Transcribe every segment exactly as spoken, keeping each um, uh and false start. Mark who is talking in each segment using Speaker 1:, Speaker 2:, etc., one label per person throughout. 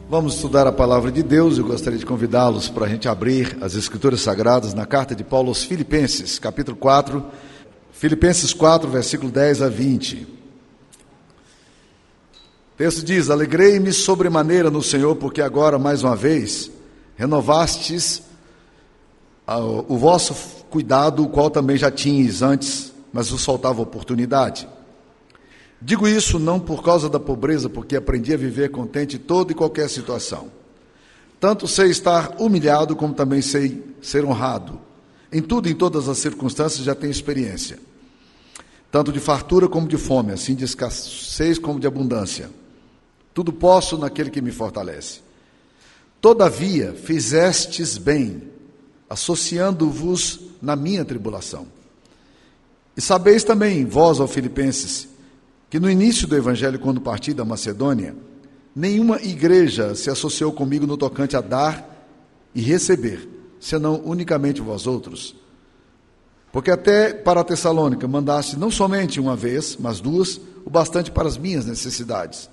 Speaker 1: Vamos estudar a palavra de Deus. Eu gostaria de convidá-los para a gente abrir as Escrituras Sagradas na carta de Paulo aos Filipenses, capítulo quatro, Filipenses quatro, versículo dez a vinte. O texto diz: Alegrei-me sobremaneira no Senhor, porque agora, mais uma vez, renovastes o vosso cuidado, o qual também já tinhas antes, mas vos faltava oportunidade. Digo isso não por causa da pobreza, porque aprendi a viver contente em toda e qualquer situação. Tanto sei estar humilhado, como também sei ser honrado. Em tudo e em todas as circunstâncias já tenho experiência, tanto de fartura como de fome, assim de escassez como de abundância. Tudo posso naquele que me fortalece. Todavia fizestes bem, associando-vos na minha tribulação. E sabeis também, vós, ó Filipenses, que no início do Evangelho, quando parti da Macedônia, nenhuma igreja se associou comigo no tocante a dar e receber, senão unicamente vós outros. Porque até para a Tessalônica mandaste não somente uma vez, mas duas, o bastante para as minhas necessidades.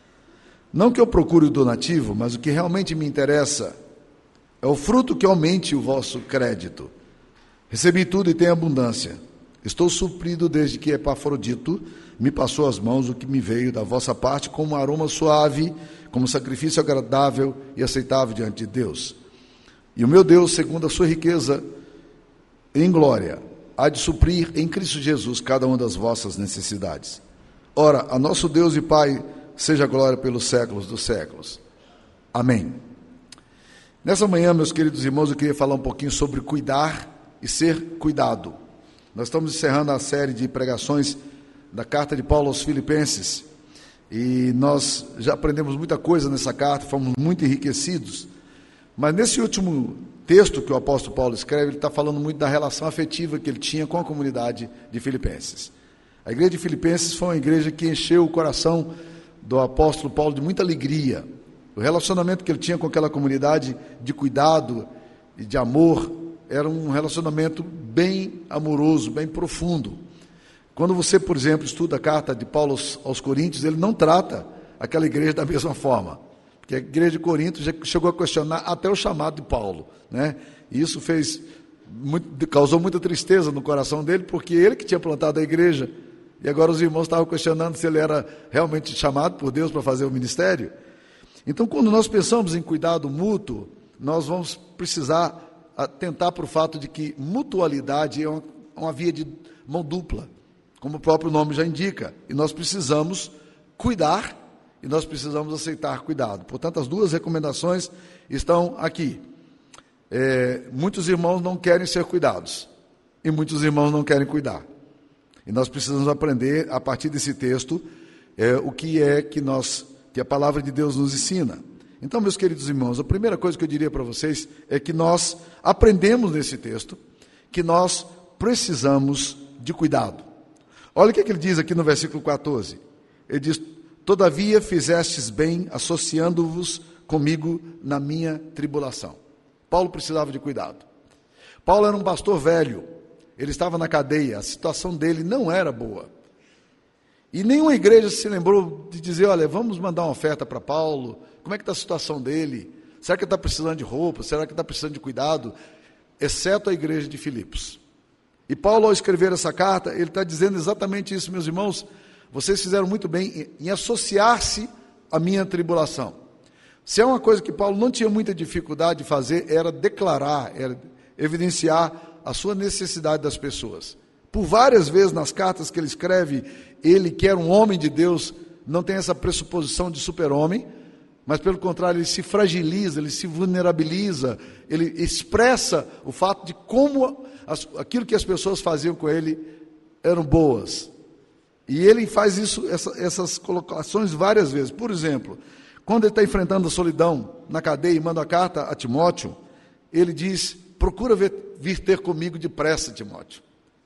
Speaker 1: Não que eu procure o donativo, mas o que realmente me interessa é o fruto que aumente o vosso crédito. Recebi tudo e tenho abundância. Estou suprido desde que Epafrodito me passou às mãos o que me veio da vossa parte como um aroma suave, como sacrifício agradável e aceitável diante de Deus. E o meu Deus, segundo a sua riqueza em glória, há de suprir em Cristo Jesus cada uma das vossas necessidades. Ora, a nosso Deus e Pai seja a glória pelos séculos dos séculos. Amém. Nessa manhã, meus queridos irmãos, eu queria falar um pouquinho sobre cuidar e ser cuidado. Nós estamos encerrando a série de pregações da carta de Paulo aos Filipenses, e nós já aprendemos muita coisa nessa carta, fomos muito enriquecidos, mas nesse último texto que o apóstolo Paulo escreve, ele está falando muito da relação afetiva que ele tinha com a comunidade de Filipenses. A igreja de Filipenses foi uma igreja que encheu o coração do apóstolo Paulo de muita alegria. O relacionamento que ele tinha com aquela comunidade de cuidado e de amor era um relacionamento bem amoroso, bem profundo. Quando você, por exemplo, estuda a carta de Paulo aos, aos Coríntios, ele não trata aquela igreja da mesma forma, porque a igreja de Corinto já chegou a questionar até o chamado de Paulo, né? E isso fez muito, causou muita tristeza no coração dele, porque ele que tinha plantado a igreja, e agora os irmãos estavam questionando se ele era realmente chamado por Deus para fazer o ministério. Então, quando nós pensamos em cuidado mútuo, nós vamos precisar atentar para o fato de que mutualidade é uma, uma via de mão dupla, como o próprio nome já indica, e nós precisamos cuidar e nós precisamos aceitar cuidado. Portanto, as duas recomendações estão aqui. É, muitos irmãos não querem ser cuidados e muitos irmãos não querem cuidar. E nós precisamos aprender, a partir desse texto, é, o que é que, nós, que a palavra de Deus nos ensina. Então, meus queridos irmãos, a primeira coisa que eu diria para vocês é que nós aprendemos nesse texto que nós precisamos de cuidado. Olha o que ele diz aqui no versículo quatorze. Ele diz: Todavia fizestes bem, associando-vos comigo na minha tribulação. Paulo precisava de cuidado. Paulo era um pastor velho, ele estava na cadeia, a situação dele não era boa. E nenhuma igreja se lembrou de dizer: olha, vamos mandar uma oferta para Paulo, como é que está a situação dele? Será que ele está precisando de roupa? Será que ele está precisando de cuidado? Exceto a igreja de Filipos. E Paulo, ao escrever essa carta, ele está dizendo exatamente isso, meus irmãos. Vocês fizeram muito bem em, em associar-se à minha tribulação. Se é uma coisa que Paulo não tinha muita dificuldade de fazer, era declarar, era evidenciar a sua necessidade das pessoas. Por várias vezes nas cartas que ele escreve, ele, que era um homem de Deus, não tem essa pressuposição de super-homem, mas pelo contrário, ele se fragiliza, ele se vulnerabiliza, ele expressa o fato de como as, aquilo que as pessoas faziam com ele eram boas. E ele faz isso, essa, essas colocações várias vezes. Por exemplo, quando ele está enfrentando a solidão na cadeia e manda a carta a Timóteo, ele diz: procura vir, vir ter comigo depressa, Timóteo.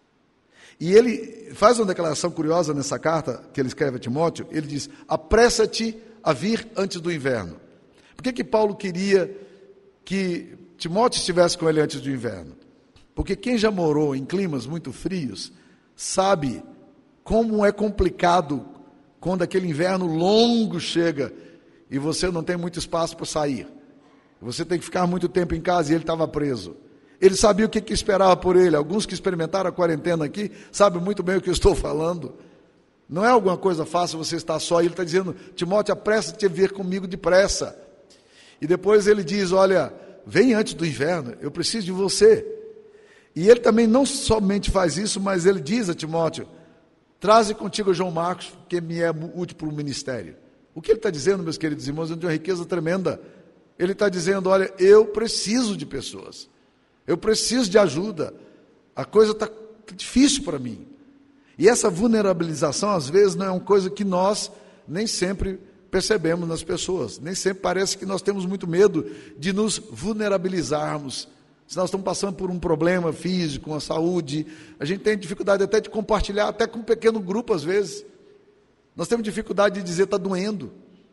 Speaker 1: E ele faz uma declaração curiosa nessa carta que ele escreve a Timóteo. Ele diz: apressa-te a vir antes do inverno. Por que que Paulo queria que Timóteo estivesse com ele antes do inverno? Porque quem já morou em climas muito frios sabe como é complicado quando aquele inverno longo chega e você não tem muito espaço para sair. Você tem que ficar muito tempo em casa e ele estava preso. Ele sabia o que, que esperava por ele. Alguns que experimentaram a quarentena aqui sabem muito bem o que eu estou falando. Não é alguma coisa fácil você estar só. Ele está dizendo, Timóteo, apressa-te a vir comigo depressa. E depois ele diz, olha, vem antes do inverno, eu preciso de você. E ele também não somente faz isso, mas ele diz a Timóteo, traze contigo João Marcos, que me é útil para o ministério. O que ele está dizendo, meus queridos irmãos, é de uma riqueza tremenda. Ele está dizendo, olha, eu preciso de pessoas. Eu preciso de ajuda. A coisa está difícil para mim. E essa vulnerabilização, às vezes, não é uma coisa que nós nem sempre percebemos nas pessoas. Nem sempre parece que nós temos muito medo de nos vulnerabilizarmos. Se nós estamos passando por um problema físico, uma saúde, a gente tem dificuldade até de compartilhar, até com um pequeno grupo, às vezes. Nós temos dificuldade de dizer, está doendo.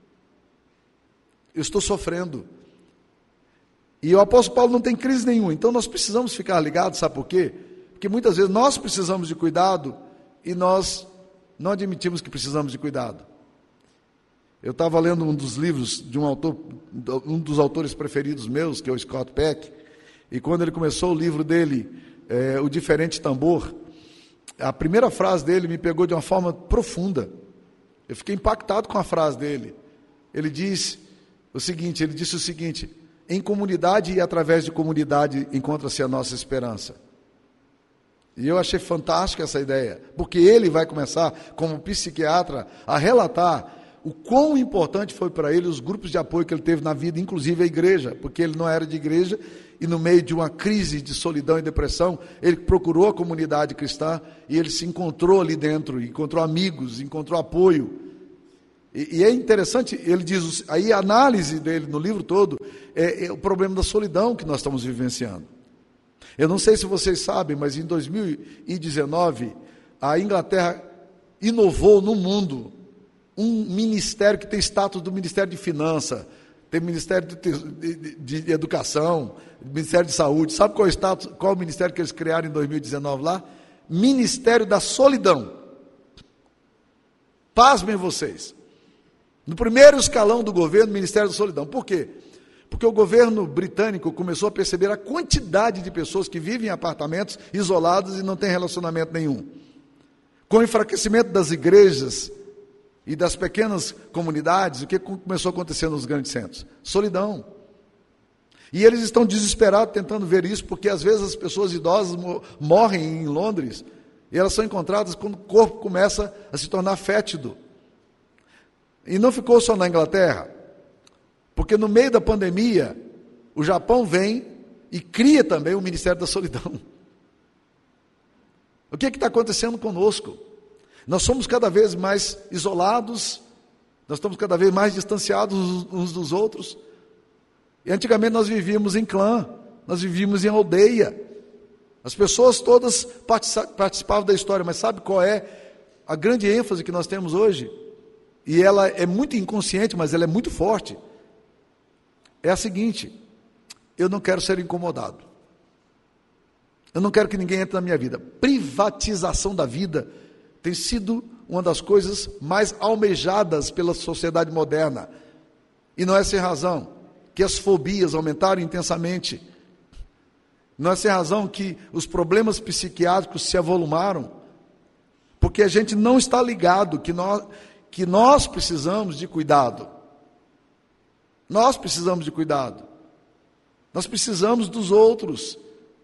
Speaker 1: Eu estou sofrendo. E o apóstolo Paulo não tem crise nenhuma. Então nós precisamos ficar ligados, sabe por quê? Porque muitas vezes nós precisamos de cuidado e nós não admitimos que precisamos de cuidado. Eu estava lendo um dos livros de um autor, um dos autores preferidos meus, que é o Scott Peck, e quando ele começou o livro dele, é, O Diferente Tambor, a primeira frase dele me pegou de uma forma profunda. Eu fiquei impactado com a frase dele. Ele diz o seguinte, ele disse o seguinte, em comunidade e através de comunidade encontra-se a nossa esperança. E eu achei fantástica essa ideia, porque ele vai começar, como psiquiatra, a relatar o quão importante foi para ele os grupos de apoio que ele teve na vida, inclusive a igreja, porque ele não era de igreja, e no meio de uma crise de solidão e depressão, ele procurou a comunidade cristã, e ele se encontrou ali dentro, encontrou amigos, encontrou apoio. E, e é interessante, ele diz, aí a análise dele no livro todo, é, é o problema da solidão que nós estamos vivenciando. Eu não sei se vocês sabem, mas em dois mil e dezenove, a Inglaterra inovou no mundo um ministério que tem status do Ministério de Finanças, tem Ministério de, de, de Educação, Ministério de Saúde. Sabe qual é o status, qual é o ministério que eles criaram em dois mil e dezenove lá? Ministério da Solidão. Pasmem vocês. No primeiro escalão do governo, Ministério da Solidão. Por quê? Porque o governo britânico começou a perceber a quantidade de pessoas que vivem em apartamentos isolados e não têm relacionamento nenhum. Com o enfraquecimento das igrejas e das pequenas comunidades, o que começou a acontecer nos grandes centros? Solidão. E eles estão desesperados tentando ver isso, porque às vezes as pessoas idosas morrem em Londres, e elas são encontradas quando o corpo começa a se tornar fétido. E não ficou só na Inglaterra, porque no meio da pandemia, o Japão vem e cria também o Ministério da Solidão. O que é que está acontecendo conosco? Nós somos cada vez mais isolados, nós estamos cada vez mais distanciados uns dos outros. E antigamente nós vivíamos em clã, nós vivíamos em aldeia. As pessoas todas participavam da história, mas sabe qual é a grande ênfase que nós temos hoje? E ela é muito inconsciente, mas ela é muito forte. É a seguinte, eu não quero ser incomodado. Eu não quero que ninguém entre na minha vida. Privatização da vida tem sido uma das coisas mais almejadas pela sociedade moderna. E não é sem razão que as fobias aumentaram intensamente. Não é sem razão que os problemas psiquiátricos se avolumaram. Porque a gente não está ligado que nós, que nós precisamos de cuidado. Nós precisamos de cuidado. Nós precisamos dos outros.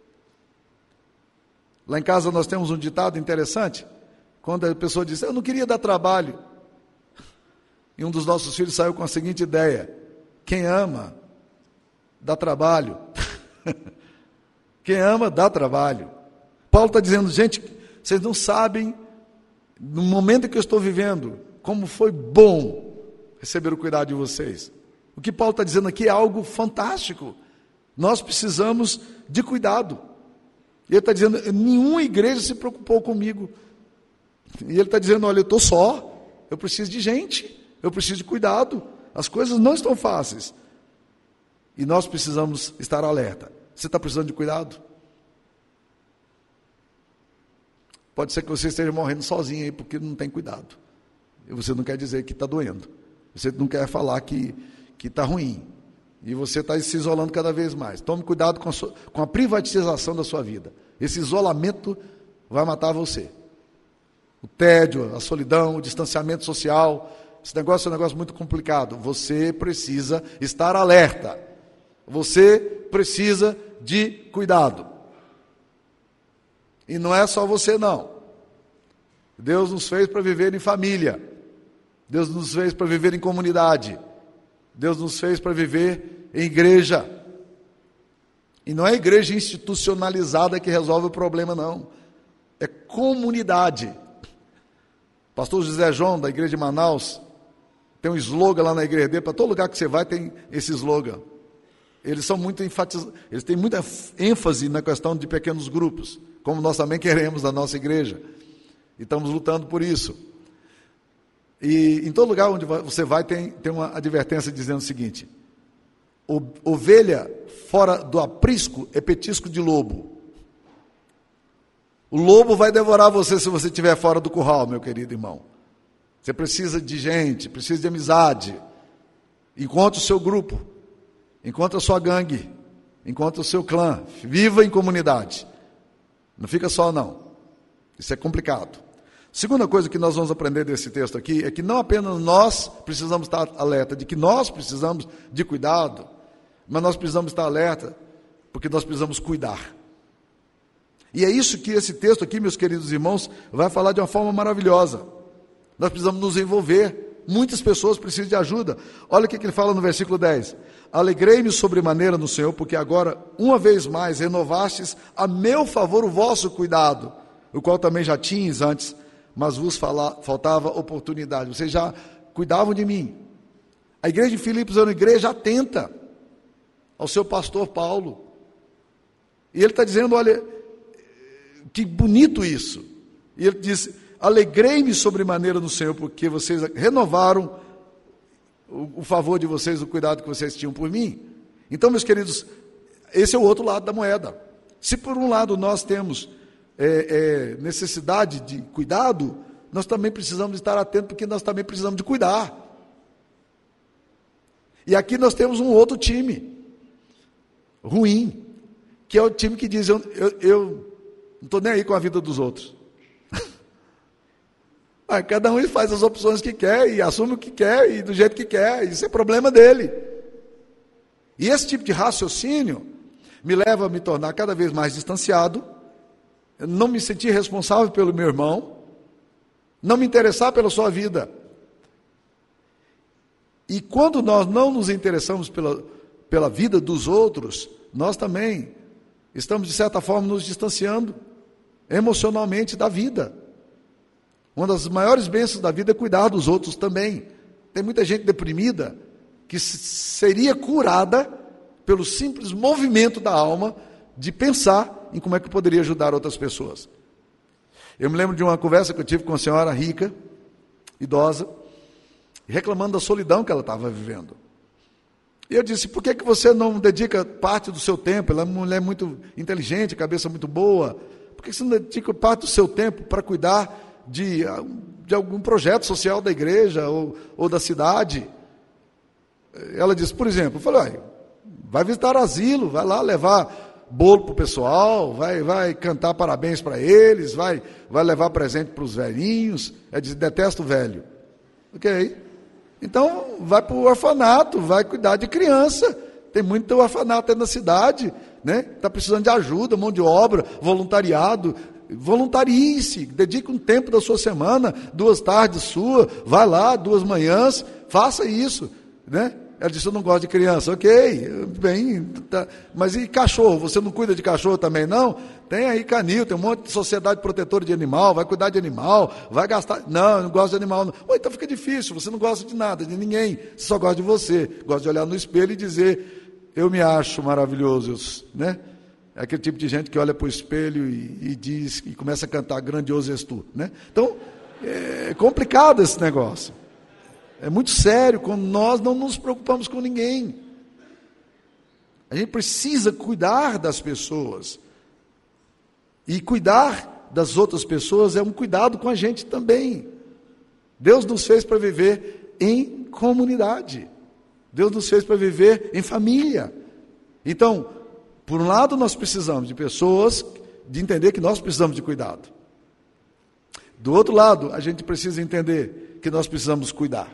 Speaker 1: Lá em casa nós temos um ditado interessante. Quando a pessoa diz, eu não queria dar trabalho. E um dos nossos filhos saiu com a seguinte ideia. Quem ama, dá trabalho. Quem ama, dá trabalho. Paulo está dizendo, gente, vocês não sabem, no momento que eu estou vivendo, como foi bom receber o cuidado de vocês. O que Paulo está dizendo aqui é algo fantástico. Nós precisamos de cuidado. Ele está dizendo, nenhuma igreja se preocupou comigo. E ele está dizendo, olha, eu estou só, eu preciso de gente, eu preciso de cuidado. As coisas não estão fáceis. E nós precisamos estar alerta. Você está precisando de cuidado? Pode ser que você esteja morrendo sozinho aí, porque não tem cuidado. E você não quer dizer que está doendo. Você não quer falar que que está ruim. E você está se isolando cada vez mais. Tome cuidado com a, sua, com a privatização da sua vida. Esse isolamento vai matar você. O tédio, a solidão, o distanciamento social, esse negócio é um negócio muito complicado. Você precisa estar alerta. Você precisa de cuidado. E não é só você, não. Deus nos fez para viver em família. Deus nos fez para viver em comunidade. Deus nos fez para viver em igreja. E não é igreja institucionalizada que resolve o problema, não. É comunidade. Pastor José João, da igreja de Manaus, tem um slogan lá na igreja dele, para todo lugar que você vai tem esse slogan. Eles são muito enfatizados, eles têm muita ênfase na questão de pequenos grupos, como nós também queremos na nossa igreja. E estamos lutando por isso. E em todo lugar onde você vai tem, tem uma advertência dizendo o seguinte: ovelha fora do aprisco é petisco de lobo. O lobo vai devorar você se você estiver fora do curral, meu querido irmão. Você precisa de gente, precisa de amizade. Encontre o seu grupo, encontre a sua gangue, encontre o seu clã. Viva em comunidade. Não fica só, não. Isso é complicado. Segunda coisa que nós vamos aprender desse texto aqui é que não apenas nós precisamos estar alerta de que nós precisamos de cuidado, mas nós precisamos estar alerta porque nós precisamos cuidar. E é isso que esse texto aqui, meus queridos irmãos, vai falar de uma forma maravilhosa. Nós precisamos nos envolver. Muitas pessoas precisam de ajuda. Olha o que ele fala no versículo dez. Alegrei-me sobremaneira no Senhor, porque agora, uma vez mais, renovastes a meu favor o vosso cuidado, o qual também já tinhas antes, mas vos fala, faltava oportunidade. Vocês já cuidavam de mim. A igreja de Filipos é uma igreja atenta ao seu pastor Paulo. E ele está dizendo, olha, que bonito isso. E ele diz, alegrei-me sobremaneira no Senhor, porque vocês renovaram o, o favor de vocês, o cuidado que vocês tinham por mim. Então, meus queridos, esse é o outro lado da moeda. Se por um lado nós temos é, é, necessidade de cuidado, nós também precisamos estar atentos, porque nós também precisamos de cuidar. E aqui nós temos um outro time, ruim, que é o time que diz, eu, eu, eu não estou nem aí com a vida dos outros. Ah, cada um faz as opções que quer, e assume o que quer, e do jeito que quer, isso é problema dele. E esse tipo de raciocínio me leva a me tornar cada vez mais distanciado, não me sentir responsável pelo meu irmão, não me interessar pela sua vida. E quando nós não nos interessamos pela, pela vida dos outros, nós também estamos, de certa forma, nos distanciando emocionalmente da vida. Uma das maiores bênçãos da vida é cuidar dos outros também. Tem muita gente deprimida que seria curada pelo simples movimento da alma de pensar em como é que poderia ajudar outras pessoas. Eu me lembro de uma conversa que eu tive com uma senhora rica, idosa, reclamando da solidão que ela estava vivendo. E eu disse, por que, que você não dedica parte do seu tempo? Ela é uma mulher muito inteligente, cabeça muito boa. Por que você não dedica parte do seu tempo para cuidar de, de algum projeto social da igreja ou, ou da cidade? Ela disse, por exemplo, eu falei, vai visitar asilo, vai lá levar bolo para o pessoal, vai, vai cantar parabéns para eles, vai, vai levar presente para os velhinhos. Ela disse, detesto o velho. Ok? Então, vai para o orfanato, vai cuidar de criança. Tem muito orfanato aí na cidade, né? Está precisando de ajuda, mão de obra, voluntariado. Voluntarie-se, dedique um tempo da sua semana, duas tardes sua, vai lá, duas manhãs, faça isso, né? Ela disse, eu não gosto de criança. Ok, bem, tá. Mas e cachorro? Você não cuida de cachorro também, não? Tem aí canil, tem um monte de sociedade protetora de animal, vai cuidar de animal, vai gastar... Não, eu não gosto de animal. Não. Ué, então fica difícil, você não gosta de nada, de ninguém, você só gosta de você. Gosta de olhar no espelho e dizer, eu me acho maravilhoso, né? É aquele tipo de gente que olha para o espelho e, e diz, e começa a cantar grandioso és tu, né? Então, é complicado esse negócio. É muito sério quando nós não nos preocupamos com ninguém. A gente precisa cuidar das pessoas. E cuidar das outras pessoas é um cuidado com a gente também. Deus nos fez para viver em comunidade. Deus nos fez para viver em família. Então, por um lado, nós precisamos de pessoas, de entender que nós precisamos de cuidado. Do outro lado, a gente precisa entender que nós precisamos cuidar.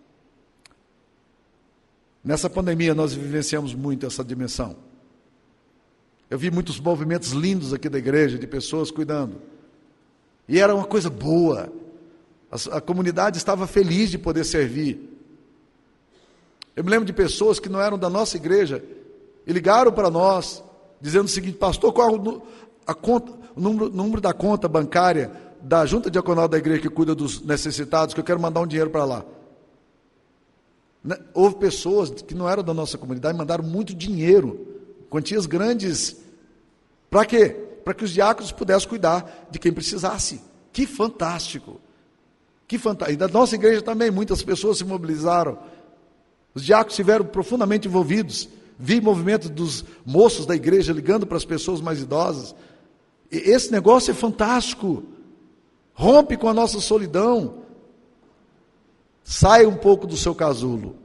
Speaker 1: Nessa pandemia, nós vivenciamos muito essa dimensão. Eu vi muitos movimentos lindos aqui da igreja, de pessoas cuidando. E era uma coisa boa. A, a comunidade estava feliz de poder servir. Eu me lembro de pessoas que não eram da nossa igreja e ligaram para nós, dizendo o seguinte: pastor, qual é a conta, o número, número da conta bancária da junta diaconal da igreja que cuida dos necessitados, que eu quero mandar um dinheiro para lá. Houve pessoas que não eram da nossa comunidade e mandaram muito dinheiro, quantias grandes. Para quê? Para que os diáconos pudessem cuidar de quem precisasse. Que fantástico! Que fantástico! E da nossa igreja também, muitas pessoas se mobilizaram. Os diáconos estiveram profundamente envolvidos. Vi movimentos dos moços da igreja ligando para as pessoas mais idosas. E esse negócio é fantástico. Rompe com a nossa solidão. Saia um pouco do seu casulo.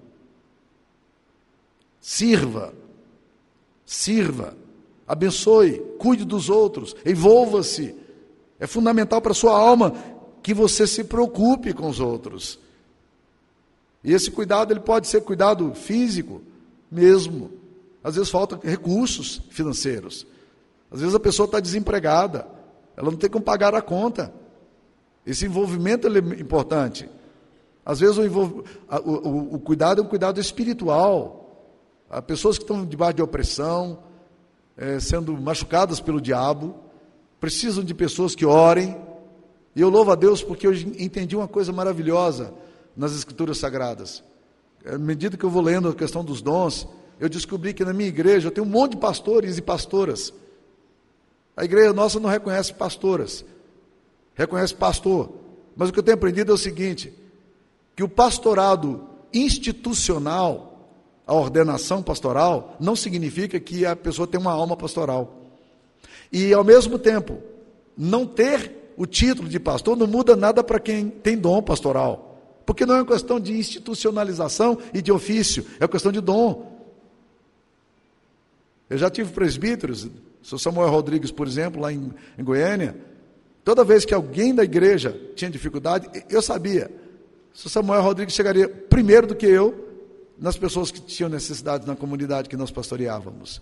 Speaker 1: Sirva. Sirva. Abençoe. Cuide dos outros. Envolva-se. É fundamental para a sua alma que você se preocupe com os outros. E esse cuidado, ele pode ser cuidado físico mesmo. Às vezes faltam recursos financeiros. Às vezes a pessoa está desempregada. Ela não tem como pagar a conta. Esse envolvimento ele é importante. Às vezes o, envolv... o, o, o cuidado é um cuidado espiritual. Há pessoas que estão debaixo de opressão, é, sendo machucadas pelo diabo, precisam de pessoas que orem. E eu louvo a Deus porque eu entendi uma coisa maravilhosa nas Escrituras Sagradas. À medida que eu vou lendo a questão dos dons, eu descobri que na minha igreja eu tenho um monte de pastores e pastoras. A igreja nossa não reconhece pastoras, reconhece pastor. Mas o que eu tenho aprendido é o seguinte, que o pastorado institucional, a ordenação pastoral, não significa que a pessoa tem uma alma pastoral. E, ao mesmo tempo, não ter o título de pastor não muda nada para quem tem dom pastoral. Porque não é uma questão de institucionalização e de ofício, é uma questão de dom. Eu já tive presbíteros, o senhor Samuel Rodrigues, por exemplo, lá em, em Goiânia. Toda vez que alguém da igreja tinha dificuldade, eu sabia, o senhor Samuel Rodrigues chegaria primeiro do que eu nas pessoas que tinham necessidade na comunidade que nós pastoreávamos.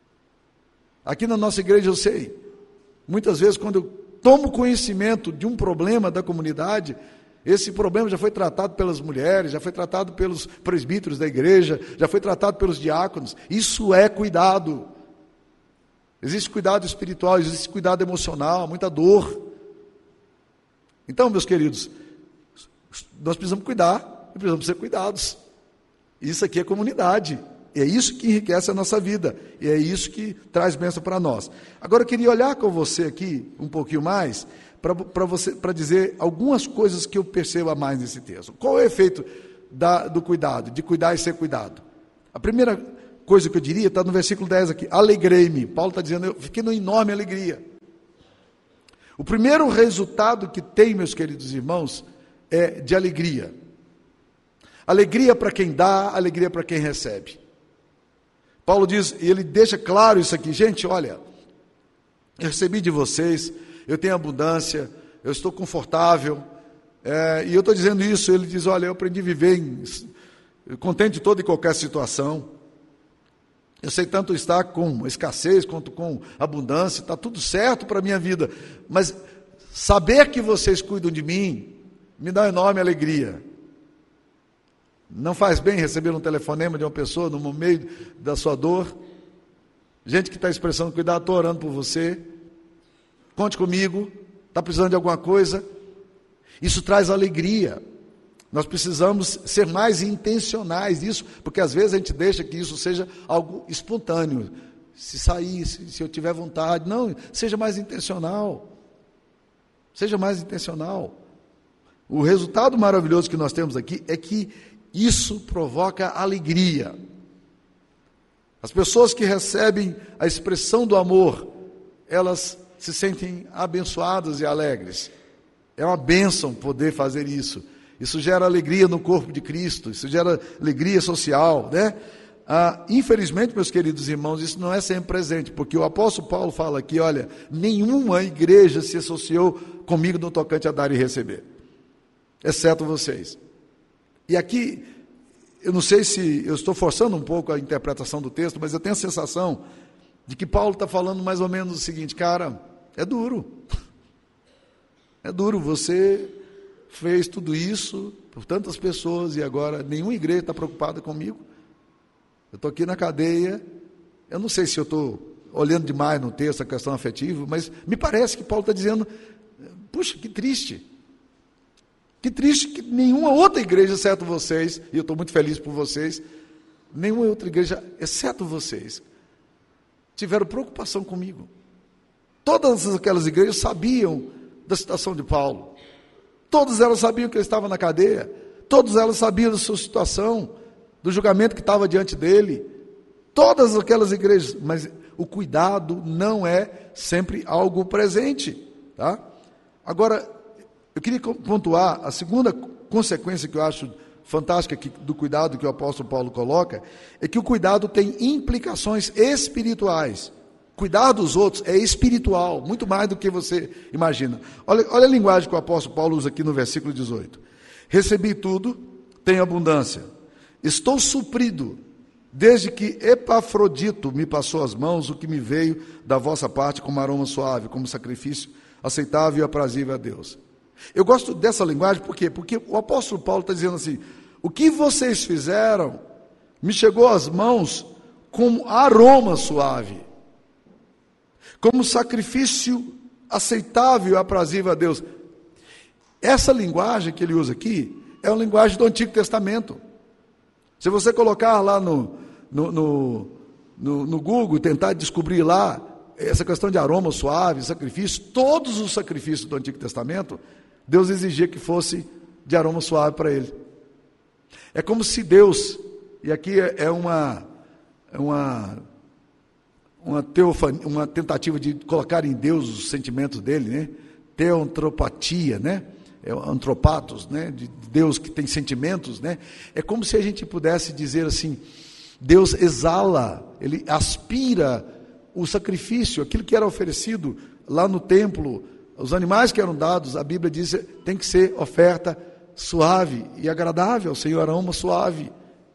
Speaker 1: Aqui na nossa igreja eu sei, muitas vezes quando eu tomo conhecimento de um problema da comunidade, esse problema já foi tratado pelas mulheres, já foi tratado pelos presbíteros da igreja, já foi tratado pelos diáconos. Isso é cuidado. Existe cuidado espiritual, existe cuidado emocional, muita dor. Então, meus queridos, nós precisamos cuidar e precisamos ser cuidados. Isso aqui é comunidade. É isso que enriquece a nossa vida. E é isso que traz bênção para nós. Agora eu queria olhar com você aqui um pouquinho mais, para você, para dizer algumas coisas que eu percebo a mais nesse texto. Qual é o efeito da, do cuidado, de cuidar e ser cuidado? A primeira coisa que eu diria está no versículo dez aqui. Alegrei-me. Paulo está dizendo, eu fiquei numa enorme alegria. O primeiro resultado que tem, meus queridos irmãos, é de alegria. Alegria para quem dá, alegria para quem recebe. Paulo diz, e ele deixa claro isso aqui, gente, olha, eu recebi de vocês, eu tenho abundância, eu estou confortável, é, e eu estou dizendo isso, ele diz, olha, eu aprendi a viver em, contente em toda e qualquer situação, eu sei tanto estar com escassez, quanto com abundância, está tudo certo para a minha vida, mas saber que vocês cuidam de mim, me dá uma enorme alegria. Não faz bem receber um telefonema de uma pessoa no meio da sua dor, gente que está expressando cuidado, estou orando por você, conte comigo, está precisando de alguma coisa, isso traz alegria. Nós precisamos ser mais intencionais nisso, porque às vezes a gente deixa que isso seja algo espontâneo, se sair, se, se eu tiver vontade, não, seja mais intencional, seja mais intencional. O resultado maravilhoso que nós temos aqui é que isso provoca alegria. As pessoas que recebem a expressão do amor, elas se sentem abençoadas e alegres. É uma bênção poder fazer isso. isso gera alegria no corpo de Cristo, isso gera alegria social, né? Ah, infelizmente, meus queridos irmãos, isso não é sempre presente, porque o apóstolo Paulo fala aqui, olha, nenhuma igreja se associou comigo no tocante a dar e receber, exceto vocês. E aqui, eu não sei se eu estou forçando um pouco a interpretação do texto, mas eu tenho a sensação de que Paulo está falando mais ou menos o seguinte, cara, é duro, é duro, você fez tudo isso por tantas pessoas e agora nenhuma igreja está preocupada comigo. Eu estou aqui na cadeia, eu não sei se eu estou olhando demais no texto a questão afetiva, mas me parece que Paulo está dizendo, puxa, que triste, que triste que nenhuma outra igreja, exceto vocês, e eu estou muito feliz por vocês, nenhuma outra igreja, exceto vocês, tiveram preocupação comigo. Todas aquelas igrejas sabiam da situação de Paulo, todas elas sabiam que ele estava na cadeia, todas elas sabiam da sua situação, do julgamento que estava diante dele, todas aquelas igrejas, mas o cuidado não é sempre algo presente, tá? Agora, eu queria pontuar a segunda consequência que eu acho fantástica que, do cuidado que o apóstolo Paulo coloca, é que o cuidado tem implicações espirituais. Cuidar dos outros é espiritual, muito mais do que você imagina. Olha, olha a linguagem que o apóstolo Paulo usa aqui no versículo dezoito. Recebi tudo, tenho abundância. Estou suprido, desde que Epafrodito me passou as mãos, o que me veio da vossa parte como aroma suave, como sacrifício aceitável e aprazível a Deus. Eu gosto dessa linguagem, por quê? Porque o apóstolo Paulo está dizendo assim, o que vocês fizeram me chegou às mãos como aroma suave, como sacrifício aceitável e aprazível a Deus. Essa linguagem que ele usa aqui é uma linguagem do Antigo Testamento. Se você colocar lá no, no, no, no, no Google, tentar descobrir lá essa questão de aroma suave, sacrifício, todos os sacrifícios do Antigo Testamento, Deus exigia que fosse de aroma suave para ele. É como se Deus, e aqui é uma, é uma, uma, teofania, uma tentativa de colocar em Deus os sentimentos dele, né? Teantropatia, né? É o antropatos, né? De Deus que tem sentimentos, né? É como se a gente pudesse dizer assim, Deus exala, ele aspira o sacrifício, aquilo que era oferecido lá no templo, os animais que eram dados, a Bíblia diz, tem que ser oferta suave e agradável ao Senhor, aroma suave.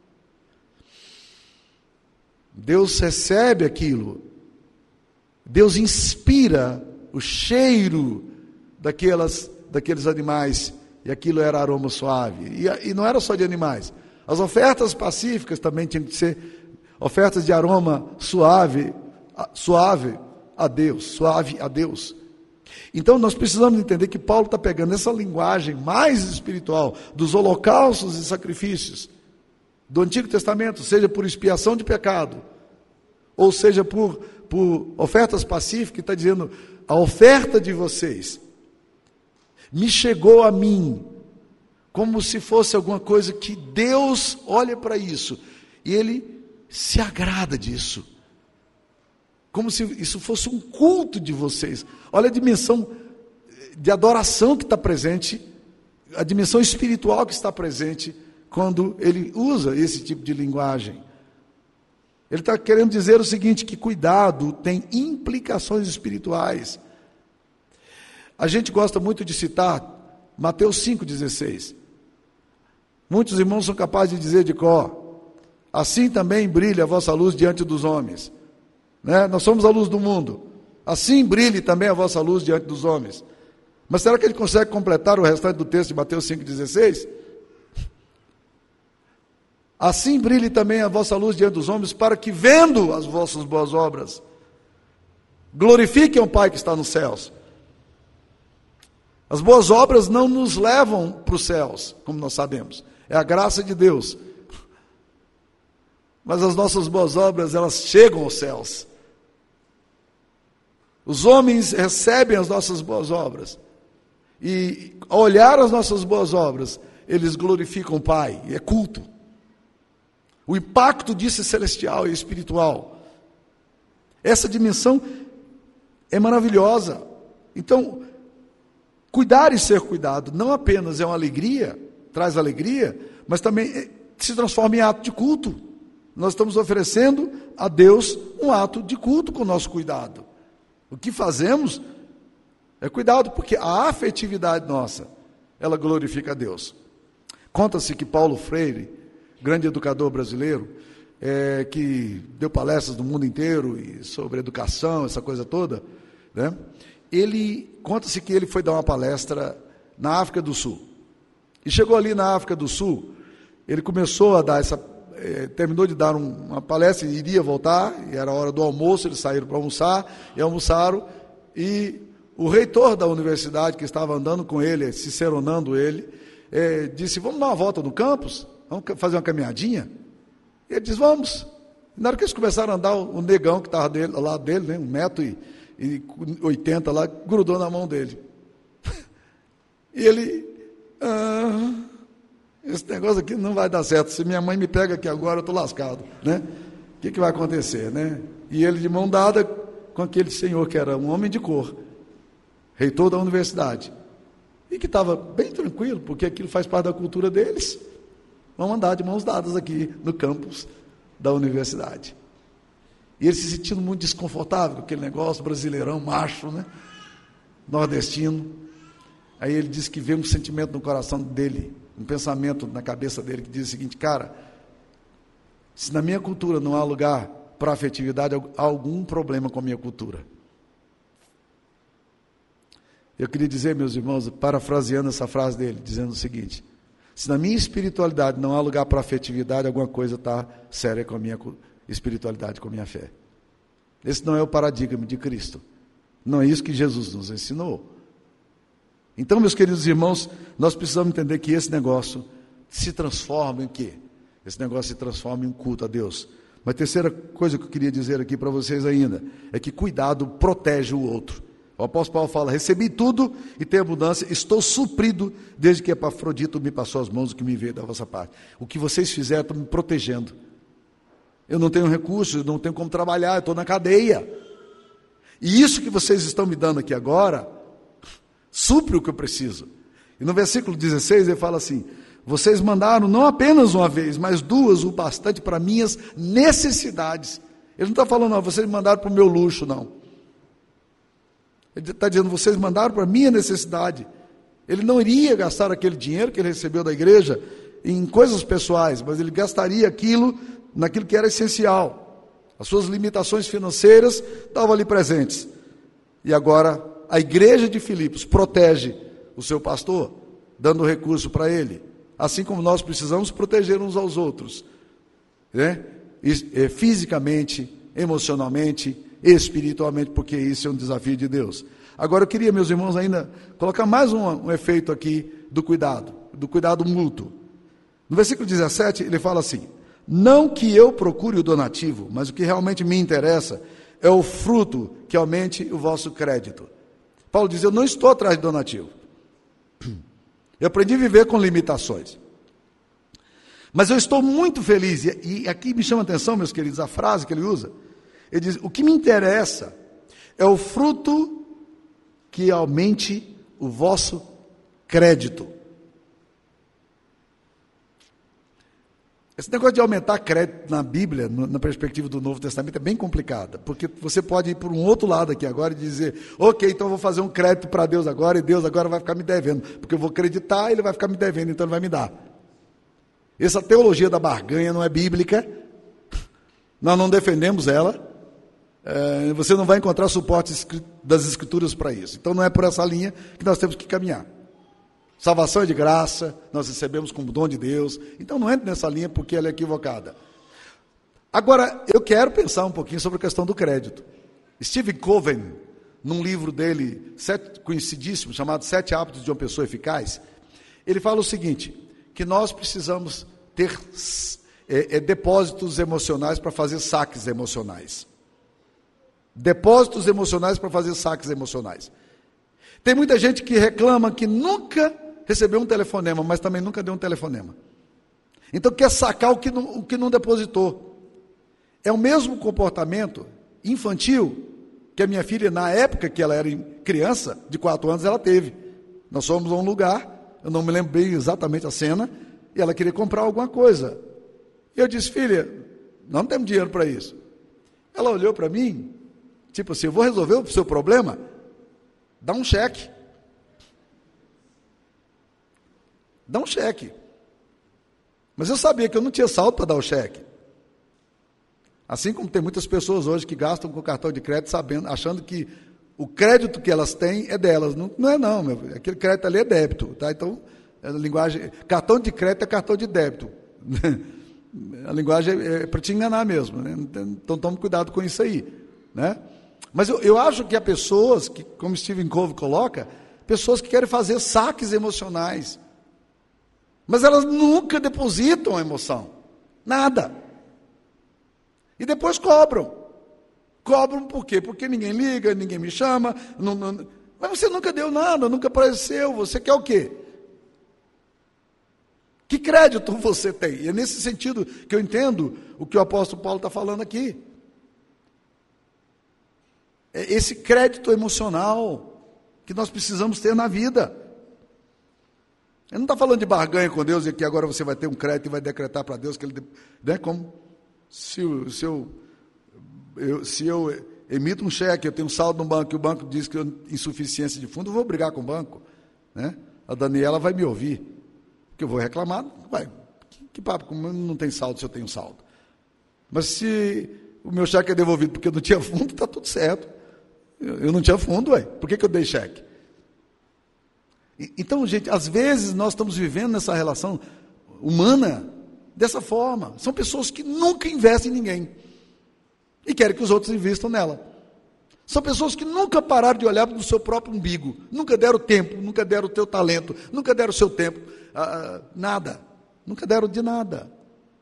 Speaker 1: Deus recebe aquilo, Deus inspira o cheiro daquelas daqueles animais, e aquilo era aroma suave, e, e não era só de animais, as ofertas pacíficas também tinham que ser ofertas de aroma suave, suave a Deus, suave a Deus. Então nós precisamos entender que Paulo está pegando essa linguagem mais espiritual, dos holocaustos e sacrifícios, do Antigo Testamento, seja por expiação de pecado, ou seja por, por ofertas pacíficas, está dizendo, a oferta de vocês, me chegou a mim, como se fosse alguma coisa que Deus olha para isso, e Ele se agrada disso, como se isso fosse um culto de vocês. Olha a dimensão de adoração que está presente, a dimensão espiritual que está presente, quando Ele usa esse tipo de linguagem. Ele está querendo dizer o seguinte, que cuidado tem implicações espirituais. A gente gosta muito de citar Mateus cinco, dezesseis. Muitos irmãos são capazes de dizer de cor, assim também brilha a vossa luz diante dos homens. Né? Nós somos a luz do mundo. Assim brilhe também a vossa luz diante dos homens. Mas será que ele consegue completar o restante do texto de Mateus cinco, dezesseis? Assim brilhe também a vossa luz diante dos homens, para que, vendo as vossas boas obras, glorifiquem o Pai que está nos céus. As boas obras não nos levam para os céus, como nós sabemos. É a graça de Deus. Mas as nossas boas obras, elas chegam aos céus. Os homens recebem as nossas boas obras. E ao olhar as nossas boas obras, eles glorificam o Pai. E é culto. O impacto disso é celestial e espiritual. Essa dimensão é maravilhosa. Então, cuidar e ser cuidado não apenas é uma alegria, traz alegria, mas também se transforma em ato de culto. Nós estamos oferecendo a Deus um ato de culto com o nosso cuidado. O que fazemos é cuidado, porque a afetividade nossa, ela glorifica a Deus. Conta-se que Paulo Freire, grande educador brasileiro, é, que deu palestras no mundo inteiro e sobre educação, essa coisa toda, né? Ele, conta-se que ele foi dar uma palestra na África do Sul. E chegou ali na África do Sul, ele começou a dar essa, eh, terminou de dar um, uma palestra, e iria voltar, e era a hora do almoço, eles saíram para almoçar, e almoçaram, e o reitor da universidade, que estava andando com ele, ciceronando ele, eh, disse, vamos dar uma volta no campus? Vamos fazer uma caminhadinha? E ele disse, vamos. E na hora que eles começaram a andar, o, o negão que estava dele, ao lado dele, né, um metro e, e oitenta lá, grudou na mão dele. E ele, ah, esse negócio aqui não vai dar certo, se minha mãe me pega aqui agora, eu estou lascado, né? O que, que vai acontecer, né? E ele de mão dada com aquele senhor que era um homem de cor, reitor da universidade, e que estava bem tranquilo, porque aquilo faz parte da cultura deles. Vamos andar de mãos dadas aqui no campus da universidade. E ele se sentindo muito desconfortável com aquele negócio brasileirão, macho, né? Nordestino. Aí ele disse que veio um sentimento no coração dele, um pensamento na cabeça dele, que diz o seguinte, cara, se na minha cultura não há lugar para afetividade, há algum problema com a minha cultura. Eu queria dizer, meus irmãos, parafraseando essa frase dele, dizendo o seguinte, se na minha espiritualidade não há lugar para afetividade, alguma coisa está séria com a minha espiritualidade, com a minha fé. Esse não é o paradigma de Cristo. Não é isso que Jesus nos ensinou. Então, meus queridos irmãos, nós precisamos entender que esse negócio se transforma em quê? Esse negócio se transforma em um culto a Deus. Uma terceira coisa que eu queria dizer aqui para vocês ainda, é que cuidado protege o outro. O apóstolo Paulo fala, recebi tudo e tenho abundância, estou suprido desde que Epafrodito me passou as mãos, o que me veio da vossa parte. O que vocês fizeram, estão me protegendo. Eu não tenho recursos, eu não tenho como trabalhar, eu estou na cadeia. E isso que vocês estão me dando aqui agora, supre o que eu preciso. E no versículo dezesseis ele fala assim, vocês mandaram não apenas uma vez, mas duas, o bastante para minhas necessidades. Ele não está falando, não, vocês mandaram para o meu luxo, não. Ele está dizendo, vocês mandaram para a minha necessidade. Ele não iria gastar aquele dinheiro que ele recebeu da igreja em coisas pessoais, mas ele gastaria aquilo naquilo que era essencial. As suas limitações financeiras estavam ali presentes. E agora a igreja de Filipos protege o seu pastor, dando recurso para ele. Assim como nós precisamos proteger uns aos outros, né? E, fisicamente, emocionalmente, espiritualmente, porque isso é um desafio de Deus. Agora eu queria, meus irmãos, ainda colocar mais um, um efeito aqui do cuidado, do cuidado mútuo. No versículo dezessete ele fala assim, não que eu procure o donativo, mas o que realmente me interessa é o fruto que aumente o vosso crédito. Paulo diz, eu não estou atrás de donativo. Eu aprendi a viver com limitações. Mas eu estou muito feliz, e, e aqui me chama a atenção, meus queridos, a frase que ele usa. Ele diz, o que me interessa é o fruto que aumente o vosso crédito. Esse negócio de aumentar crédito na Bíblia, na perspectiva do Novo Testamento, é bem complicado, porque você pode ir por um outro lado aqui agora e dizer, ok, então eu vou fazer um crédito para Deus agora, e Deus agora vai ficar me devendo, porque eu vou acreditar e Ele vai ficar me devendo, então Ele vai me dar. Essa teologia da barganha não é bíblica, nós não defendemos ela, é, você não vai encontrar suporte das Escrituras para isso, então não é por essa linha que nós temos que caminhar. Salvação é de graça, nós recebemos como dom de Deus, então não entre nessa linha porque ela é equivocada. Agora, eu quero pensar um pouquinho sobre a questão do crédito. Steve Coven, num livro dele, sete, conhecidíssimo, chamado Sete Hábitos de uma Pessoa Eficaz, ele fala o seguinte, que nós precisamos ter é, é, depósitos emocionais para fazer saques emocionais. Depósitos emocionais para fazer saques emocionais. Tem muita gente que reclama que nunca recebeu um telefonema, mas também nunca deu um telefonema. Então quer sacar o que não, o que não depositou. É o mesmo comportamento infantil que a minha filha, na época que ela era criança, de quatro anos, ela teve. Nós fomos a um lugar eu não me lembro bem exatamente a cena, e ela queria comprar alguma coisa. E eu disse, filha, nós não temos dinheiro para isso. Ela olhou para mim, tipo assim, eu vou resolver o seu problema? Dá um cheque. Dá um cheque. Mas eu sabia que eu não tinha saldo para dar o cheque. Assim como tem muitas pessoas hoje que gastam com cartão de crédito, sabendo, achando que o crédito que elas têm é delas. Não, não é não, meu filho. Aquele crédito ali é débito, tá? Então, a linguagem, cartão de crédito é cartão de débito. A linguagem é para te enganar mesmo, né? Então tome cuidado com isso aí, né? Mas eu, eu acho que há pessoas que, como Stephen Covey coloca, pessoas que querem fazer saques emocionais, mas elas nunca depositam a emoção, nada. E depois cobram. Cobram por quê? Porque ninguém liga, ninguém me chama, não, não, mas você nunca deu nada, nunca apareceu, você quer o quê? Que crédito você tem? E é nesse sentido que eu entendo o que o apóstolo Paulo está falando aqui. É esse crédito emocional que nós precisamos ter na vida. Ele não está falando de barganha com Deus e que agora você vai ter um crédito e vai decretar para Deus que ele... Né, como se, se, eu, eu, se eu emito um cheque, eu tenho um saldo no banco e o banco diz que eu tenho insuficiência de fundo, eu vou brigar com o banco. Né? A Daniela vai me ouvir. Que eu vou reclamar, vai, que, que papo, como não tem saldo se eu tenho saldo? Mas se o meu cheque é devolvido porque eu não tinha fundo, está tudo certo. Eu, eu não tinha fundo, ué, por que, que eu dei cheque? E, então, gente, às vezes nós estamos vivendo nessa relação humana dessa forma. São pessoas que nunca investem em ninguém e querem que os outros investam nela. São pessoas que nunca pararam de olhar para o seu próprio umbigo, nunca deram tempo, nunca deram o teu talento, nunca deram o seu tempo, ah, nada, nunca deram de nada.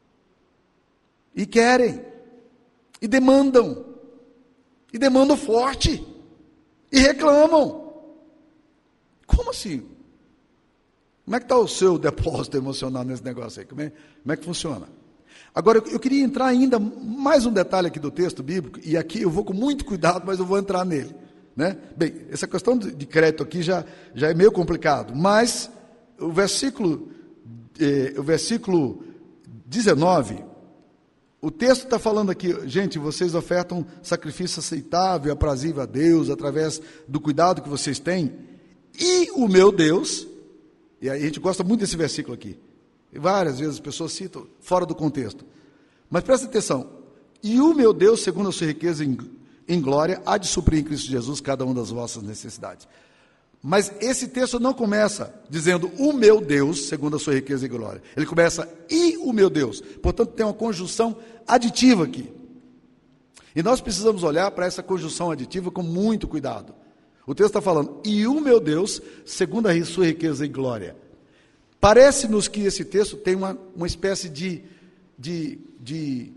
Speaker 1: E querem, e demandam, e demandam forte, e reclamam. Como assim? Como é que está o seu depósito emocional nesse negócio aí? Como é, como é que funciona? Agora, eu queria entrar ainda mais um detalhe aqui do texto bíblico, e aqui eu vou com muito cuidado, mas eu vou entrar nele. Né? Bem, essa questão de crédito aqui já, já é meio complicado, mas o versículo, eh, o versículo dezenove, o texto está falando aqui, gente, vocês ofertam sacrifício aceitável, aprazível a Deus, através do cuidado que vocês têm, e o meu Deus, e aí a gente gosta muito desse versículo aqui, e várias vezes as pessoas citam fora do contexto. Mas presta atenção. E o meu Deus, segundo a sua riqueza em, em glória, há de suprir em Cristo Jesus cada uma das vossas necessidades. Mas esse texto não começa dizendo o meu Deus, segundo a sua riqueza em glória. Ele começa e o meu Deus. Portanto, tem uma conjunção aditiva aqui. E nós precisamos olhar para essa conjunção aditiva com muito cuidado. O texto está falando, e o meu Deus, segundo a sua riqueza em glória. Parece-nos que esse texto tem uma, uma espécie de, de, de,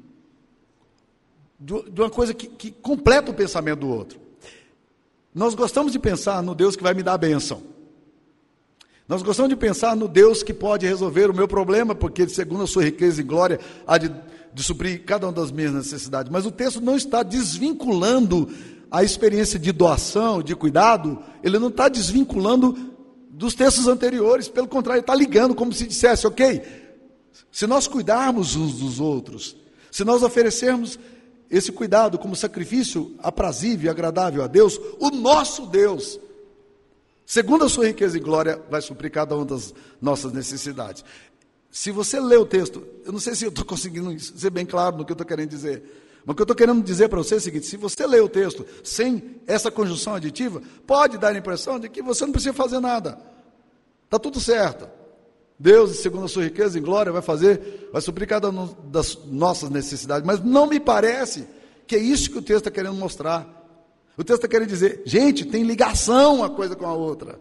Speaker 1: de uma coisa que, que completa o pensamento do outro. Nós gostamos de pensar no Deus que vai me dar a bênção. Nós gostamos de pensar no Deus que pode resolver o meu problema, porque segundo a sua riqueza e glória, há de, de suprir cada uma das minhas necessidades. Mas o texto não está desvinculando a experiência de doação, de cuidado, ele não está desvinculando dos textos anteriores, pelo contrário, ele está ligando como se dissesse, ok, se nós cuidarmos uns dos outros, se nós oferecermos esse cuidado como sacrifício aprazível e agradável a Deus, o nosso Deus, segundo a sua riqueza e glória, vai suprir cada uma das nossas necessidades. Se você lê o texto, eu não sei se eu estou conseguindo ser bem claro no que eu estou querendo dizer, mas o que eu estou querendo dizer para você é o seguinte, se você lê o texto sem essa conjunção aditiva, pode dar a impressão de que você não precisa fazer nada. Está tudo certo. Deus, segundo a sua riqueza em glória, vai fazer, vai suprir cada uma das nossas necessidades. Mas não me parece que é isso que o texto está querendo mostrar. O texto está querendo dizer, gente, tem ligação uma coisa com a outra.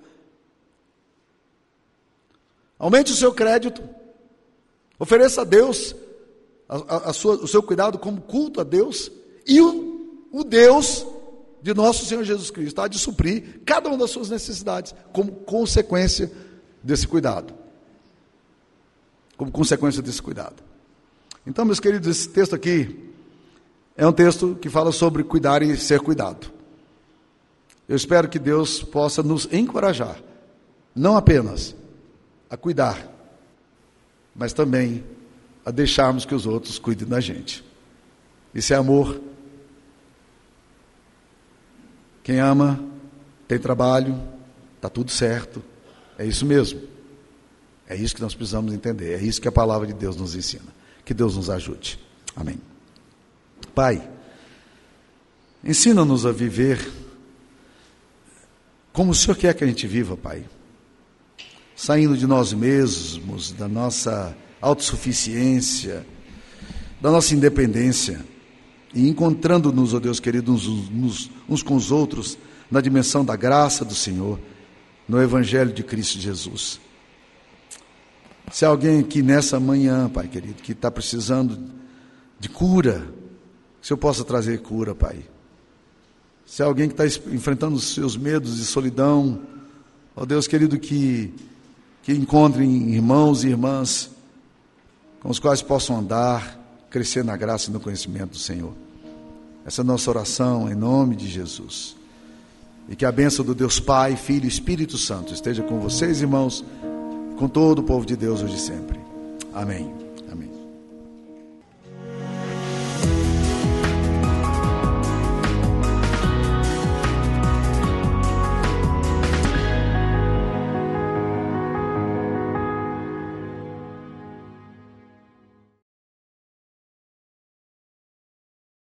Speaker 1: Aumente o seu crédito. Ofereça a Deus a, a, a sua, o seu cuidado como culto a Deus. E o, o Deus de nosso Senhor Jesus Cristo há de suprir cada uma das suas necessidades como consequência desse cuidado. Como consequência desse cuidado. Então, meus queridos, esse texto aqui é um texto que fala sobre cuidar e ser cuidado. Eu espero que Deus possa nos encorajar, não apenas a cuidar, mas também a deixarmos que os outros cuidem da gente. Isso é amor. Quem ama, tem trabalho, está tudo certo. É isso mesmo. É isso que nós precisamos entender. É isso que a palavra de Deus nos ensina. Que Deus nos ajude. Amém. Pai, ensina-nos a viver como o Senhor quer que a gente viva, Pai. Saindo de nós mesmos, da nossa autossuficiência, da nossa independência, e encontrando-nos, ó Deus querido, uns, uns, uns com os outros, na dimensão da graça do Senhor, no Evangelho de Cristo Jesus. Se há alguém aqui nessa manhã, Pai querido, que está precisando de cura, que eu possa trazer cura, Pai. Se há alguém que está enfrentando os seus medos de solidão, ó Deus querido, que, que encontrem irmãos e irmãs com os quais possam andar, crescer na graça e no conhecimento do Senhor. Essa é a nossa oração em nome de Jesus. E que a bênção do Deus Pai, Filho e Espírito Santo esteja com vocês, irmãos, com todo o povo de Deus hoje e sempre. Amém.